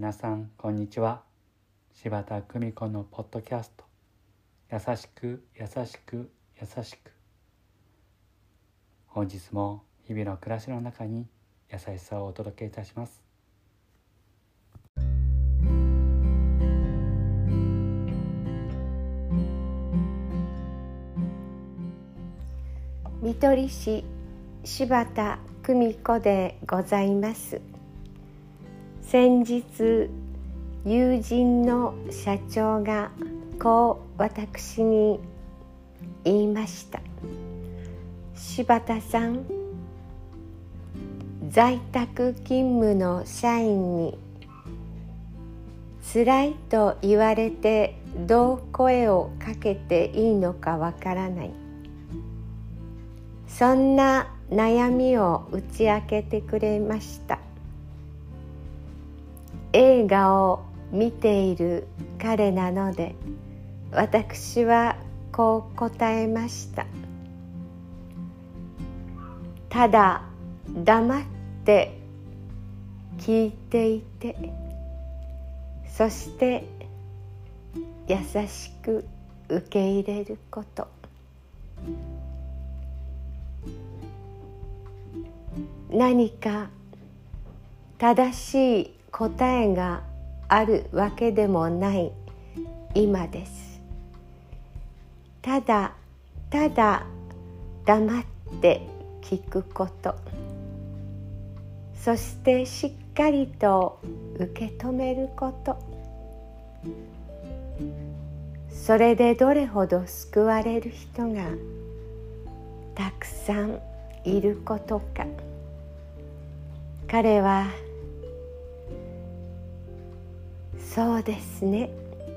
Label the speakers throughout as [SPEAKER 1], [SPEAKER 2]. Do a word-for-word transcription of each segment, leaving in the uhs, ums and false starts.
[SPEAKER 1] 皆さんこんにちは。柴田久美子のポッドキャスト、優しく優しく優しく。本日も日々の暮らしの中に優しさをお届けいたします。
[SPEAKER 2] 看取り師柴田久美子でございます。先日友人の社長がこう私に言いました。柴田さん、在宅勤務の社員に辛いと言われてどう声をかけていいのかわからない。そんな悩みを打ち明けてくれました。映画を見ている彼なので、私はこう答えました。ただ黙って聞いていて、そして優しく受け入れること。何か正しい答えがあるわけでもない今です。ただただ黙って聞くこと、そしてしっかりと受け止めること、それでどれほど救われる人がたくさんいることか。彼はそうですね、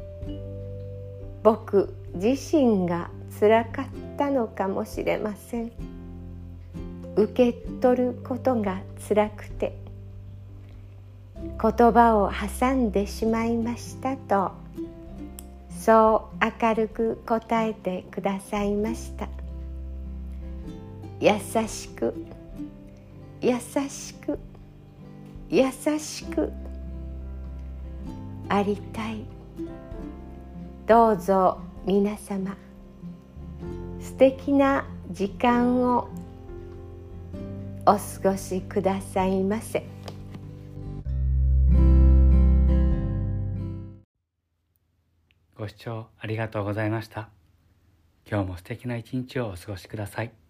[SPEAKER 2] 僕自身が辛かったのかもしれません。受け取ることが辛くて言葉を挟んでしまいましたと、そう明るく答えてくださいました。優しく優しく優しくありたい。どうぞ皆様、素敵な時間をお過ごしくださいませ。
[SPEAKER 1] ご視聴ありがとうございました。今日も素敵な一日をお過ごしください。